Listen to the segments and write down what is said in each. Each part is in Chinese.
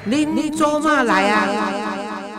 恁做嘛来啊？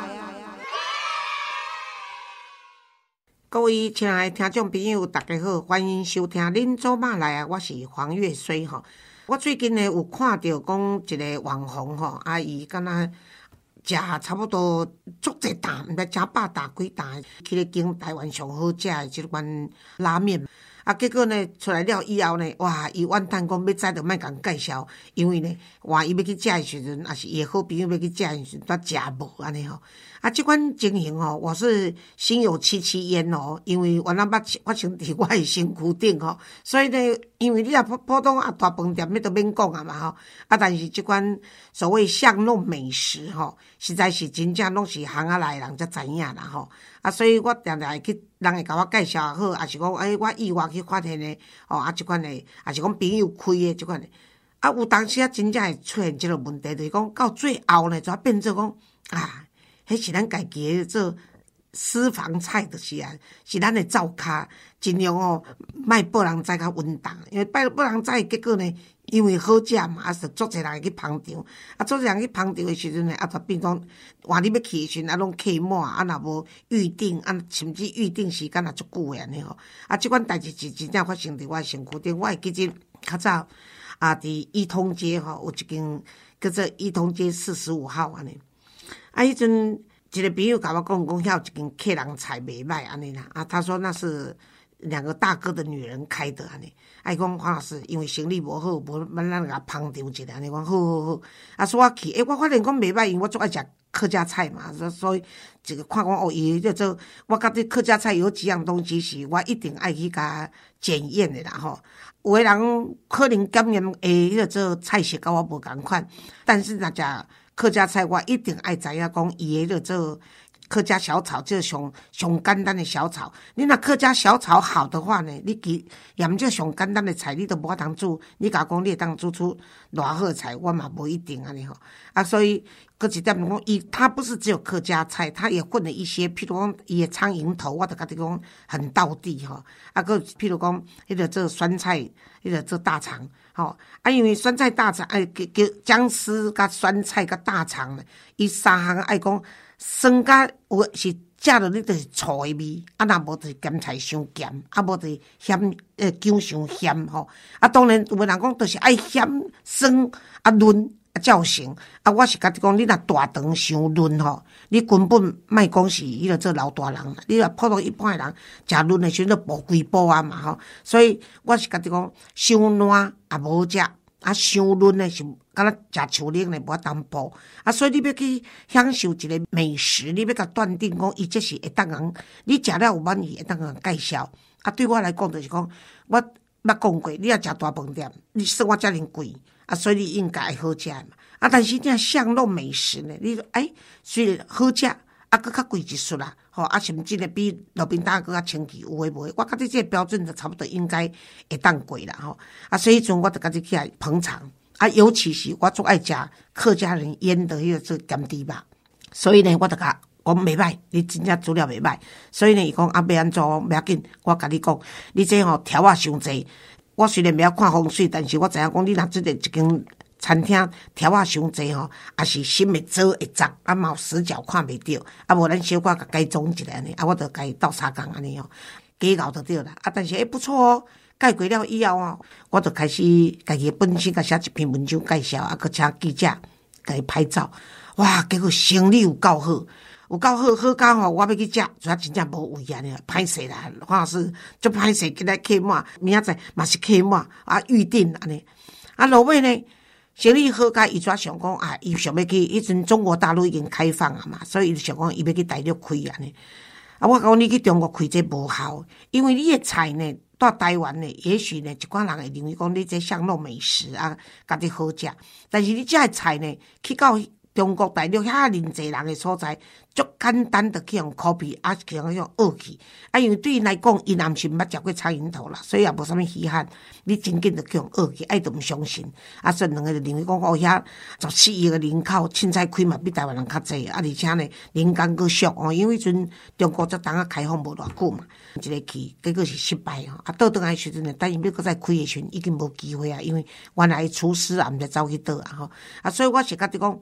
各位亲爱的听众朋友，大家好，欢迎收听恁做嘛来啊！我是黄月水吼。我最近呢有看到讲一个网红吼，伊敢若食差不多足济担，毋知食100担几担，去咧经台湾上好食的即款拉面。结果呢，出来了以后呢，哇！伊怨叹讲要知就莫共介绍，因为呢，换伊要去食的时阵，也是伊的好朋友要去食的时阵，煞食无安尼吼。即款情形吼，我是心有戚戚焉哦，因为原来发生伫我的身躯顶吼，所以呢，因为你若普通大饭店，你都免讲啊嘛吼。但是即款所谓巷弄美食吼，实在是真正拢是行仔来的人才知影啦吼。所以我常常会去人会甲我介绍也好，也是讲我意外去发现的即款的，也是讲朋友开的即款的。有当时真正会出现即个问题，就是讲到最后呢，就变做讲迄是咱家己的做私房菜，就是是咱的灶骹，尽量莫拨人知较稳当，因为拨人知，结果呢，因为好食嘛，是足侪人会去捧场，足侪人去捧场的时阵呢，就变讲换你要去的时阵，拢客满，若无预定，甚至预定时间也足久的安尼吼。即款代志是真正发生伫我的身躯顶。我会记得较早伫一通街吼，有一间叫做一通街45号安尼。迄阵一个朋友甲我讲遐有一间客人菜袂歹安尼啦。他说那是2个大哥的女人开的安尼。伊讲黄老师，因为生意无好，无咱甲捧场一下安尼。讲好。所以我去，我发现讲袂歹，因为我最爱食客家菜嘛，所以这个看讲伊叫做我觉得客家菜有几样东西是我一定爱去甲检验的啦吼。有的人可能检验迄做菜色甲我无共款，但是若食客家菜，我一定爱知影讲伊的做客家小炒，这上简单的小炒。你若客家小炒好的话呢，你验这上简单的菜，你都无法当煮。你甲讲你会当煮出偌好的菜，我嘛无一定安尼吼。所以搁一点讲，他不是只有客家菜，他也混了一些，譬如讲伊的苍蝇头，我就甲你讲很道地吼。搁譬如讲迄个做酸菜，迄个做大肠。因为酸菜大肠，叫姜丝甲酸菜甲大肠，伊3项爱讲酸甲有是食落你就是醋的味，若无就是咸菜伤咸，无就是咸姜伤咸吼。当然有的人讲就是爱咸酸润才有成。我是甲你讲，你若大肠伤润吼，你根本莫讲是迄个做老大人啦。你若普通一般的人食润的时阵，就补几补啊嘛吼。所以我是甲你讲，伤烂也无好食，伤润的是敢若食树奶呢，无法当补。所以你要去享受一个美食，你要甲断定讲，伊这是会当人，你食了有满意，会当人介绍。对我来讲就是讲，我捌讲过，你若食大饭店，你算我遮尔贵，所以你应该会好食嘛。但是这巷弄美食呢，你虽然好食，搁较贵一撮啦，甚至呢比路边摊搁较清气，有诶无诶。我觉得这个标准就差不多应该会当过啦吼。所以迄阵我就家己起来捧场。尤其是我最爱食客家人腌的迄个做咸猪肉，所以呢，我就甲讲袂歹，你真正煮了袂歹。所以呢，伊讲要安怎不要紧，我甲你讲，你这调伤济。我虽然袂晓看风水，但是我知影讲，你若即个一间餐厅调伤济也是心会走会脏，嘛有死角看袂到，无咱小可甲改装一下安尼，我就甲伊斗相共安尼加熬就对啦。但是不错改过了以后我就开始家己本身甲写一篇文章介绍，搁请记者甲伊拍照。哇，结果生意有够好，好到我要去食，主要真正无位安尼，歹势啦，黄老师足歹势，今仔客满，明仔载嘛是客满预定安尼。落尾呢，生意好甲伊主要想讲伊想要去，迄阵中国大陆已经开放了嘛，所以伊就想讲伊要去大陆开安尼。我讲你去中国开这无效，因为你的菜呢，到台湾呢，也许呢，一寡人会认为讲你这巷弄美食家己好食，但是你这的菜呢，去到中国大陆遐尼济人的所在，足简单的去用 copy， 去用学去。因为对因来讲，因也毋是捌食过苍蝇头啦，所以也无啥物稀罕。你真紧就去用学去，就毋相信。所以两个就认为讲遐14亿的人口，凊彩开嘛比台湾人较济，而且呢，人工佫俗因为迄阵中国才刚开放无偌久嘛，一个去，结果是失败倒转来的时阵呢，等伊要再开的时阵，已经无机会因为原来厨师也毋知走去倒所以我是甲你讲，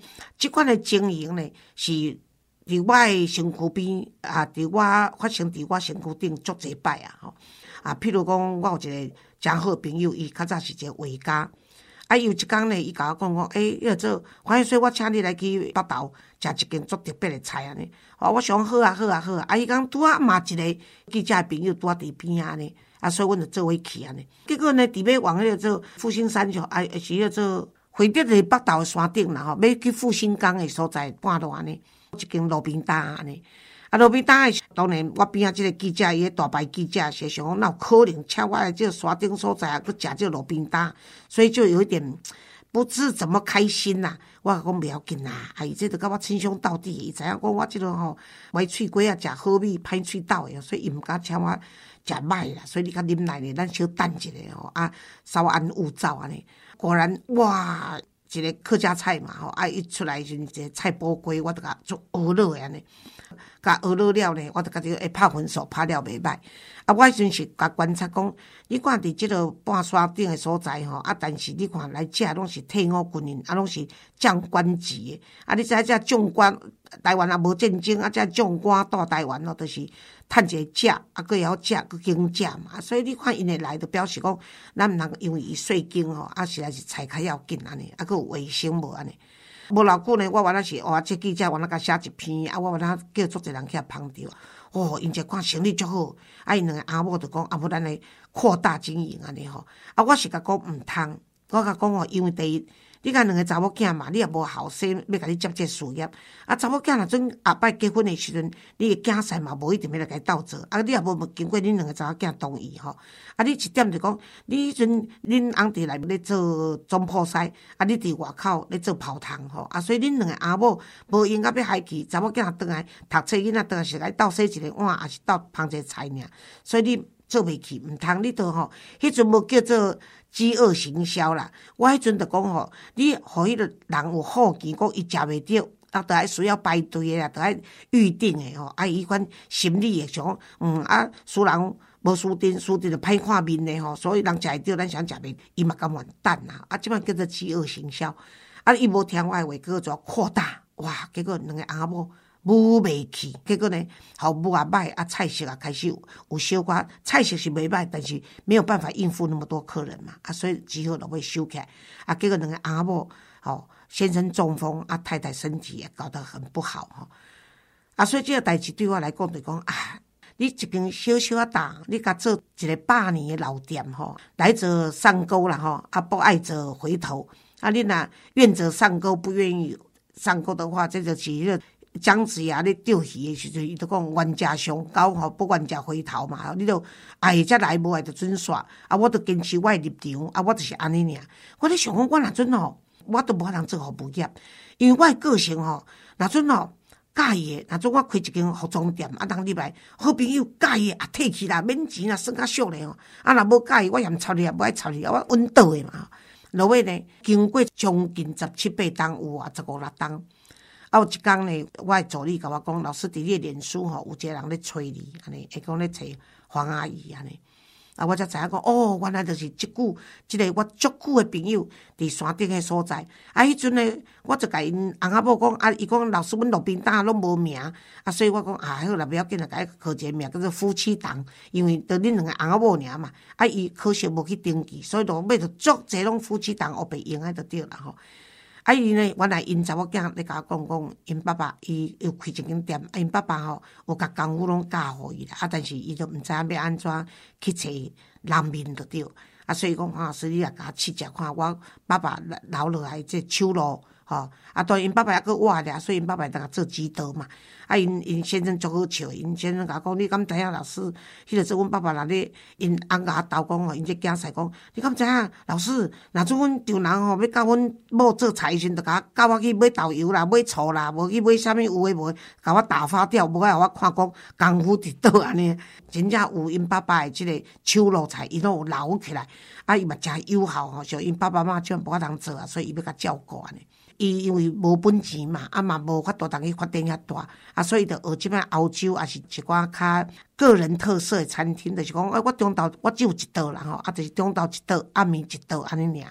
即款的情形呢，是伫我的身躯边啊，伫我发生伫我身躯顶足侪摆啊吼。啊，譬如讲，我有一个真好的朋友，伊较早是一个画家。啊，有一天呢，伊甲我讲，你要做黄月水，我请你来去北投食一间足特别的菜安尼。我想好啊，好啊，好啊。啊，伊讲拄啊嘛一个记者的朋友拄啊伫边啊呢，啊，所以阮就做伙去安尼。结果呢，伫要往迄个做复兴山上，是迄个做回跌伫北投的山顶啦吼，要去复兴港的所在半路安尼，一间路边摊安尼。啊，路边摊的当然，我边仔即个记者，伊个大牌记者，是想讲哪有可能请我来这个山顶所在啊，去食这个路边摊，所以就有一点不知怎么开心啦。我讲袂要紧啦，伊这就甲我称兄道弟，伊知影讲我即个吼歪喙瓜啊，食好米歹喙斗的，所以伊毋敢请我食歹啦。所以你较忍耐咧，咱小等一下吼，啊，稍安勿躁安尼。果然，哇，一个客家菜嘛吼，啊，一出来时一个菜脯鸡，我就甲做鹅肉的安尼。甲学了了呢，我就觉得会拍分数拍了袂歹。啊，我迄阵是甲观察讲，你看伫即个半山顶的所在吼，啊，但是你看来遮拢是退伍军人，啊，拢是将官级的。啊，你知遮将官台湾也无战争，啊，遮将官到台湾咯，就是趁一个食，啊，佫会晓食，佫经食嘛。所以你看因会来，就表示讲，咱毋通因为伊税金吼，啊，实在是菜较要紧安尼，啊，佫有卫生无安尼。无偌久呢，我原来是这记者原来甲写一篇，啊，我原来叫足侪人去捧着。因一看生意足好，啊，因两个阿某就讲，啊，无咱来扩大经营安尼吼。啊，我是甲讲毋通，我甲讲因为第一，你看两个查某囝嘛，你也无后生要甲你接这事业。啊，查某囝若准后摆结婚的时阵，你的囝婿嘛无一定要来甲伊斗做，啊，你也无经过恁两个查某囝同意吼。啊，你一点就讲，你迄阵恁翁伫内面咧做总铺师，啊，你伫外口咧做跑堂吼，啊，所以恁两个阿某无闲甲要海去，查某囝倒来读册，囡仔倒来是甲伊斗洗一个碗，也是斗捧一个菜尔，所以你做袂去，毋通你都吼，迄阵无叫做饥饿行销啦。我迄阵就讲吼，你互迄个人有好奇，讲伊食袂着。啊，就爱需要排队的啦，就爱预定的吼。啊，伊款心理的想，啊，输人无输阵，输阵就歹看面的吼。所以人食会着，咱想食袂，伊嘛甘愿等啦。啊，即摆叫做饥饿行销。啊，伊无听我的话，结果就要扩大。哇，结果两个阿某母袂去，结果呢，后母也歹，啊，菜色也开始有小可，菜色是袂歹，但是没有办法应付那么多客人嘛。啊，所以只好就要收起来。啊，结果两个阿某吼。先生中风啊，太太身体也搞得很不好哈，啊，所以这个代志对我来讲就讲啊，你一间小小啊档，你甲做一个100年的老店吼，来者上钩啦吼，啊不爱者回头，啊你若愿者上钩，不愿意上钩的话，这就是迄个姜子牙咧钓鱼的时阵，伊就讲冤家相交吼，不冤家回头嘛，你就爱才来，无爱就准煞，啊我就坚持我的立场，啊我就是安尼尔，我咧想讲我若准吼。我都无通做服务业，因为我的个性吼，若准吼介意的，若准我开一间服装店，啊，人入来好朋友介意啊，退去啦，免钱啦，算较俗咧吼。啊，若无介意，我嫌臭你，也无爱臭你，我稳倒的嘛。落尾呢，经过将近17、8档有啊，15、16档。啊，有一天呢，我的助理甲我讲，老师伫你的脸书吼，有一个人咧催你，安尼，会讲咧找黄阿姨安尼。啊，我才知影讲，原来就是即个我足久的朋友伫山顶的所在。啊，迄阵呢，我就甲因翁仔某讲，啊，伊讲老师，阮路边摊拢无名，啊，所以我讲啊，好啦，不要紧啦，甲伊考一个名，叫做夫妻档，因为就恁两个翁仔某尔嘛。啊，伊可惜无去登记，所以就尾就足侪拢夫妻档，黑白用的就对啦吼。啊，伊呢，原来因查某囝咧甲我讲，因爸爸伊又开一间店，啊，因爸爸吼有甲功夫拢教互伊啦，啊，但是伊就毋知影要安怎去找人面就对，啊，所以讲黄老师你也甲我试食看，我爸爸留落来这手路吼，啊，当然因爸爸还佫活咧，所以因爸爸甲做指导嘛。啊，因先生足好笑，因先生甲我讲，你敢知影老师？迄个做阮爸爸若咧，因翁甲我斗讲吼，因这囝婿讲，你敢知影老师？若做阮丈人吼，要教阮某做菜时，就甲我教我去买豆油啦，买醋啦，无去买啥物有诶无，甲我打发掉，无爱互我看讲功夫伫倒安尼。真正有因爸爸诶即个手路菜，伊拢有留起来。啊，伊嘛诚友好吼，像因爸爸妈妈怎无法通做啊，所以伊要甲照顾安尼。伊因为无本钱嘛，啊嘛无法度通去发展遐大，啊所以就学即摆欧洲也是一寡较个人特色的餐厅，就是讲，我中昼我只有一道啦吼，啊就是中昼一道，暗暝一道安尼尔吼。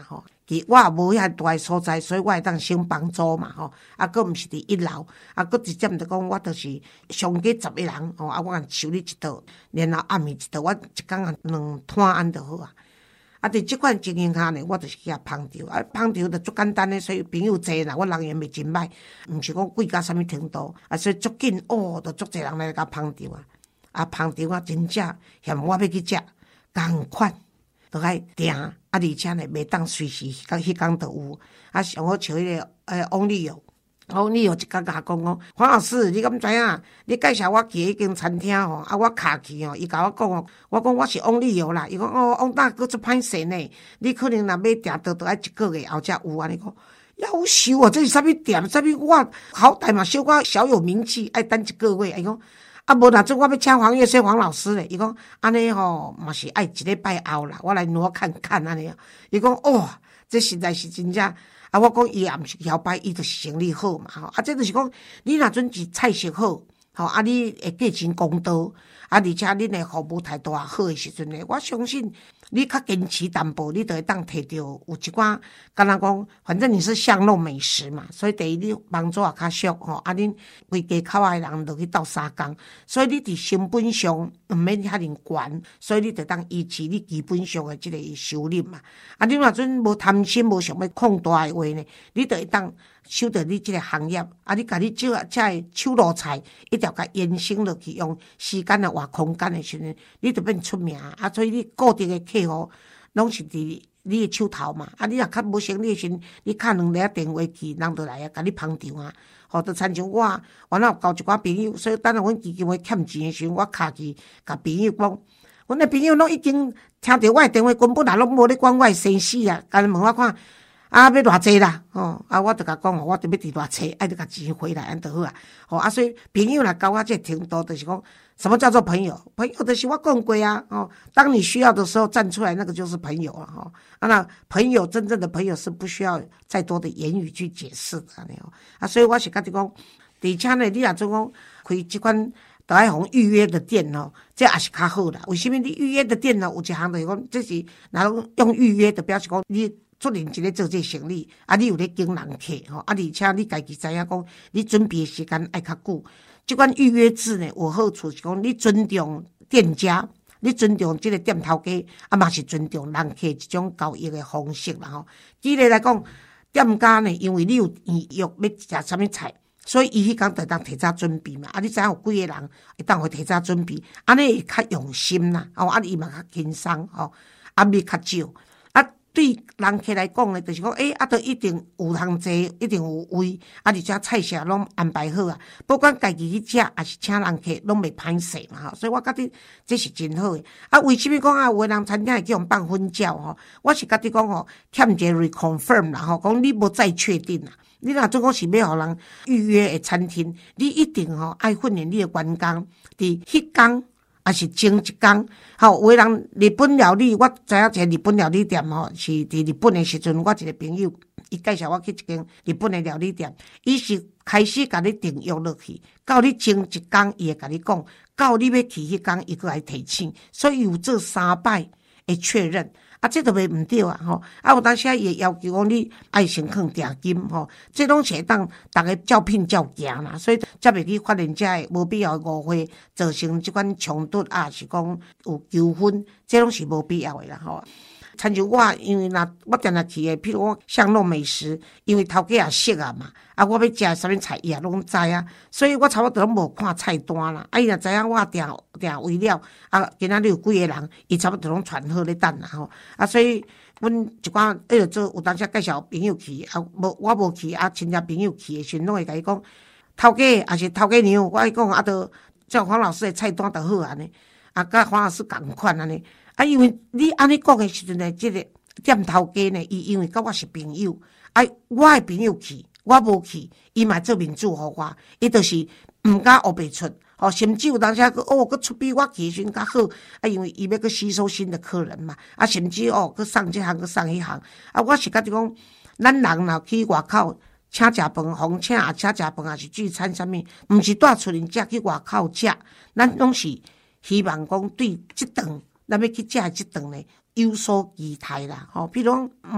我也无遐大诶所在，所以我会当省房租嘛吼。啊，佫毋是伫1楼，啊，佫直接就讲我就是上加10个人吼，啊，我共收你一桌，然后暗暝一桌，我一工啊2摊安就好啊。啊，伫即款情形下呢，我就是去遐捧场，啊，捧场就足简单诶，所以朋友侪啦，我人缘袂真歹，毋是讲贵到啥物程度，啊，所以足紧哦，就足侪人来甲捧场啊，啊，捧场啊，真正嫌我要去食，共款。都爱定，啊，而且呢，袂当随时迄工就有。啊，上好找迄个王丽友，王丽友一工甲我讲黄老师，你敢知影？你介绍我去迄间餐厅吼，啊，我卡去吼，伊甲我讲哦，我讲我是王丽友啦，伊讲哦，王大哥足歹势呢，你可能若要订倒爱1个月后才有安尼讲。夭寿哦，这是啥物店？啥物我好歹嘛，小可小有名气，爱等1个月。伊讲。啊，无若做我要请黄月水黄老师咧，伊讲安尼吼嘛是爱1礼拜后啦，我来挪看看安尼啊。伊讲哦，这实在是真正啊，我讲伊也毋是摇摆，伊就是生理好嘛吼。啊，这就是讲你若准是菜色好，吼啊，你会价钱公道，啊，而且恁的服务态度也好的时阵呢，我相信你较坚持淡薄，你就会当摕到有一寡，敢若讲，反正你是巷弄美食嘛，所以第一你房租也较俗吼，啊，恁规家口的人落去斗3工，所以你伫成本上毋免遐尼悬，所以你就当维持你基本上的即个收入嘛。啊，你若准无贪心，无想要扩大的话呢，你就会当守着你即个行业，啊，你甲你这手路菜一条甲延伸落去，用时间啊换空间的时阵，你就变出名啊，所以你固定的客户拢是伫你的手头嘛。啊，你若较无生意的时阵，你敲2个电话去，人就来啊，甲你捧场啊。吼，就亲像我原来有交一寡朋友，所以等下阮基金会欠钱的时阵，我敲去甲朋友讲，阮的朋友拢已经听到我的电话，根本也拢无咧管我的生死啊，干问我看。啊，要偌济啦，吼！啊，我就甲讲，我就要伫偌济，爱就甲钱回来，安就好啊。吼！啊，所以朋友若到我这程度，就是讲，什么叫做朋友？朋友就是我讲过啊，哦，当你需要的时候站出来，那个就是朋友啊，吼！啊，那朋友真正的朋友是不需要再多的言语去解释的，安尼哦。啊，所以我是甲你讲，而且呢，你若做讲开即款都爱互预约的店哦，这也是较好啦。为什么你预约的店呢？有一项就是讲，这是若用预约的，表示讲你。做认真咧做这生意，啊，你有咧经人客吼，啊，而且你家己知影讲，你准备的时间爱较久。这款预约制呢，有好处是讲，你尊重店家，你尊重这个店头家，啊嘛是尊重人客一种交易的方式啦吼。举例来讲，店家呢，因为你有预约要食啥物菜，所以伊迄工就当提早准备嘛。啊，你知影有几个人会当会提早准备，安尼会较用心啦。哦，啊，伊嘛较轻松吼，啊，米较少。对人客来讲呢，就是讲，啊，都一定有通坐，一定有位，啊，而且菜色拢安排好啊。不管家己去食，还是请人客，拢袂歹势嘛吼。所以我觉得这是真好诶。啊，为什么讲啊，有诶人餐厅会叫人放婚照吼？我是觉得讲吼，欠一个 reconfirm 啦吼，讲你无再确定啦。你若总讲是要互人预约诶餐厅，你一定吼爱训练你诶员工，伫迄工。也是前一工，吼，有的人日本料理，我知影一个日本料理店吼，是伫日本的时阵，我一个朋友，伊介绍我去一间日本的料理店，伊是开始甲你订约落去，到你前一工，伊会甲你讲，到你要去迄工，伊佫来提醒，所以有做3摆的确认。啊，这都袂毋对啊，吼！啊，有当时也要求讲你爱先放定金，吼，这拢是会当逐个照聘照行啦，所以才袂去发现这无必要的误会，造成即款冲突啊，是讲有纠纷，这拢是无必要的啦，吼。亲像我，因为我定定去的，譬如我巷弄美食，因为头家也熟啊嘛，啊，我要食啥物菜伊也拢知啊，所以我差不多拢无看菜单啦。啊，伊若知影我订位了，啊，今仔日有几个人，伊差不多拢传好咧等啦吼。啊，所以阮一寡就做有当时介绍朋友去，啊，我无去，啊，亲戚朋友去的时阵，拢会甲伊讲，头家也是头家娘，我讲啊，都照黄老师的菜单就好安尼，啊，甲黄老师共款安尼。啊，因为你安尼讲的时阵呢，这个店头家呢，伊因为甲我是朋友，啊，我的朋友去，我无去，伊嘛做面子互我，伊就是毋敢学袂出，吼，甚至有当时佫出比我去时阵较好，啊，因为伊要佫吸收新的客人嘛，啊，甚至佫送这行佫送迄行，啊，我是觉得讲，咱人若去外口请食饭，逢请也请食饭，也是聚餐啥物，毋是带厝人食去外口食，咱拢是希望讲对即顿。咱要去食即顿呢，有所期待啦，吼，比如讲，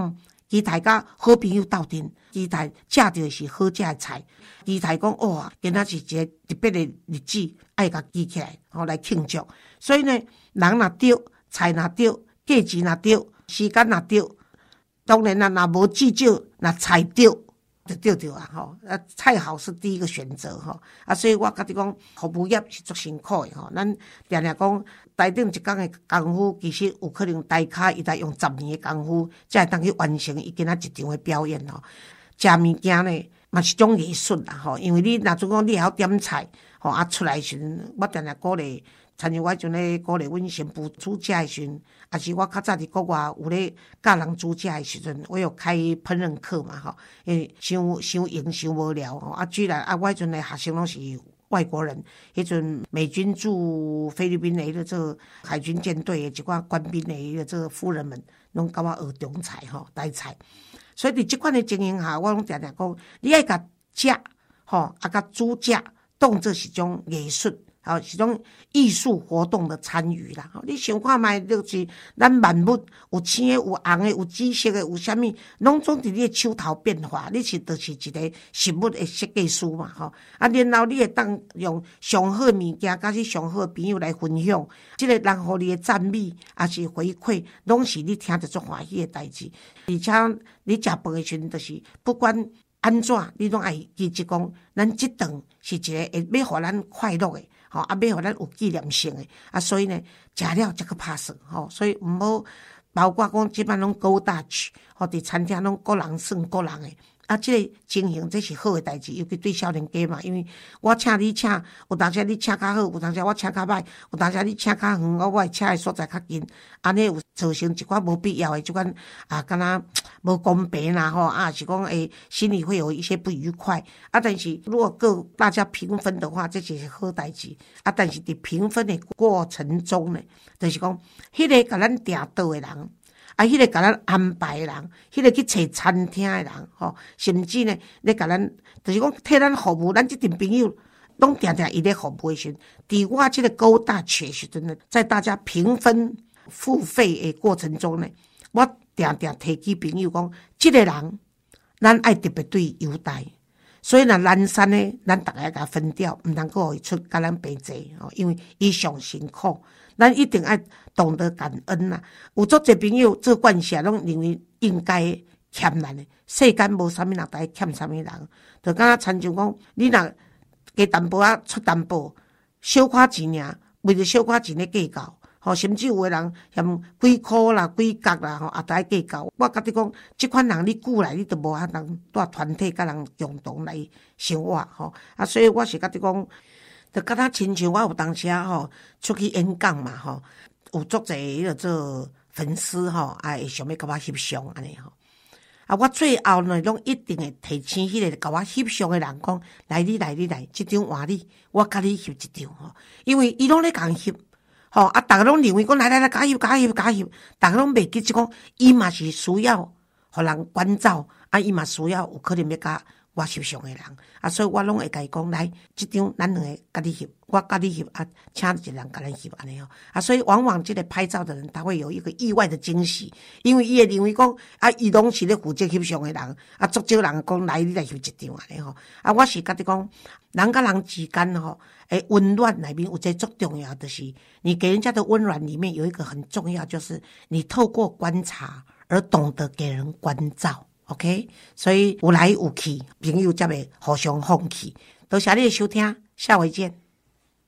期待甲好朋友斗阵，期待食到的是好食的菜，期待讲哇，今仔是一个特别的日子，爱甲记起来，来庆祝。所以呢，人若对，菜若对，价钱若对，时间若对，当然啦，若无计较，若菜对。就对啊，菜好是第一个选择所以我甲你讲，服务业是足辛苦的咱常常讲，台顶一天的功夫，其实有可能台卡伊来用10年的功夫，才会当去完成伊今仔一场的表演食物件呢，嘛是种艺术啦因为你若总讲你会晓点菜出来时阵，我常常鼓励。参像我迄阵咧鼓励阮新妇煮食诶时阵，也是我较早伫国外有咧教人煮食诶时阵，我有开烹饪课嘛因为伤闲伤无聊居然我迄阵诶学生拢是外国人，迄阵美军驻菲律宾诶这个海军舰队诶一寡官兵诶这个夫人们，拢甲我学中菜台菜，所以伫即款诶情形下，我拢常常讲，你爱甲食甲煮食当作是种艺术。是种艺术活动的参与啦。你想看卖，就是咱万物有青的、有红的、有紫色的、有啥物，拢总伫你的手头变化。你就是一个实物的设计师嘛，然后你会当用上好的物件，甲是上好的朋友来分享，这个人互你的赞美，也是回馈，拢是你听着足欢喜的代志。而且你食饭的时阵，就是不管安怎，你拢爱记住讲，咱这顿是一个会要互咱快乐的。要互咱有纪念性的所以呢，食了才去拍算所以毋好包括讲即摆拢go Dutch伫餐厅拢个人算个人的即个情形这是好的代志，尤其对少年家嘛，因为我请你请，有当时你请较好，有当时我请较歹，有当时你请较远，我会请的所在较近，安尼有造成一寡无必要的即款敢若无公平啦是讲心里会有一些不愉快但是如果大家评分的话，这就是好代志但是伫评分的过程中呢，就是讲迄个甲咱订倒的人。迄个甲咱安排的人，迄个去找餐厅的人，甚至呢，咧甲咱，就是讲替咱服务，咱这群朋友，拢定伊咧服务的时阵，伫我这个go Dutch的时阵呢，在大家评分付费的过程中呢，我定提起朋友讲，这个人，咱爱特别对伊优待。所以若南山呢，咱大家甲分掉，毋通互伊出甲咱平济因为伊上辛苦，咱一定爱懂得感恩啦。有足侪朋友做惯势，拢认为应该欠咱的，世间无啥物人该欠啥物人，就敢若亲像讲，你若加淡薄仔出淡薄，小可钱尔，为着小可钱咧计较。甚至有的人嫌几箍啦、几角啦，也都爱计较。我甲你讲，即款人你久来，你都无法通带团体甲人共同来生活所以我是甲你讲，就甲他亲像我有当时出去演讲嘛有足侪迄个做粉丝会想要甲我翕相安尼我最后呢，拢一定会提醒迄个甲我翕相的人讲，来，即张换你，我甲你翕一张因为伊拢咧共翕。逐个拢认为讲来，加翕，逐个拢袂记，就讲伊嘛是需要互人关照，伊嘛需要有可能要甲我翕相的人所以我拢会甲伊讲，来，即张咱两个甲你翕，我甲你翕请一个人甲咱翕安尼所以往往这个拍照的人，他会有一个意外的惊喜，因为伊会认为讲伊拢是咧负责翕相的人足少人讲来，你来翕一张安尼我是甲你讲，人甲人之间温暖里面有一个最重要的是，你给人家的温暖里面有一个很重要，就是你透过观察而懂得给人关照。OK， 所以有来有去，朋友才会互相放弃。多谢你的收听，下回见。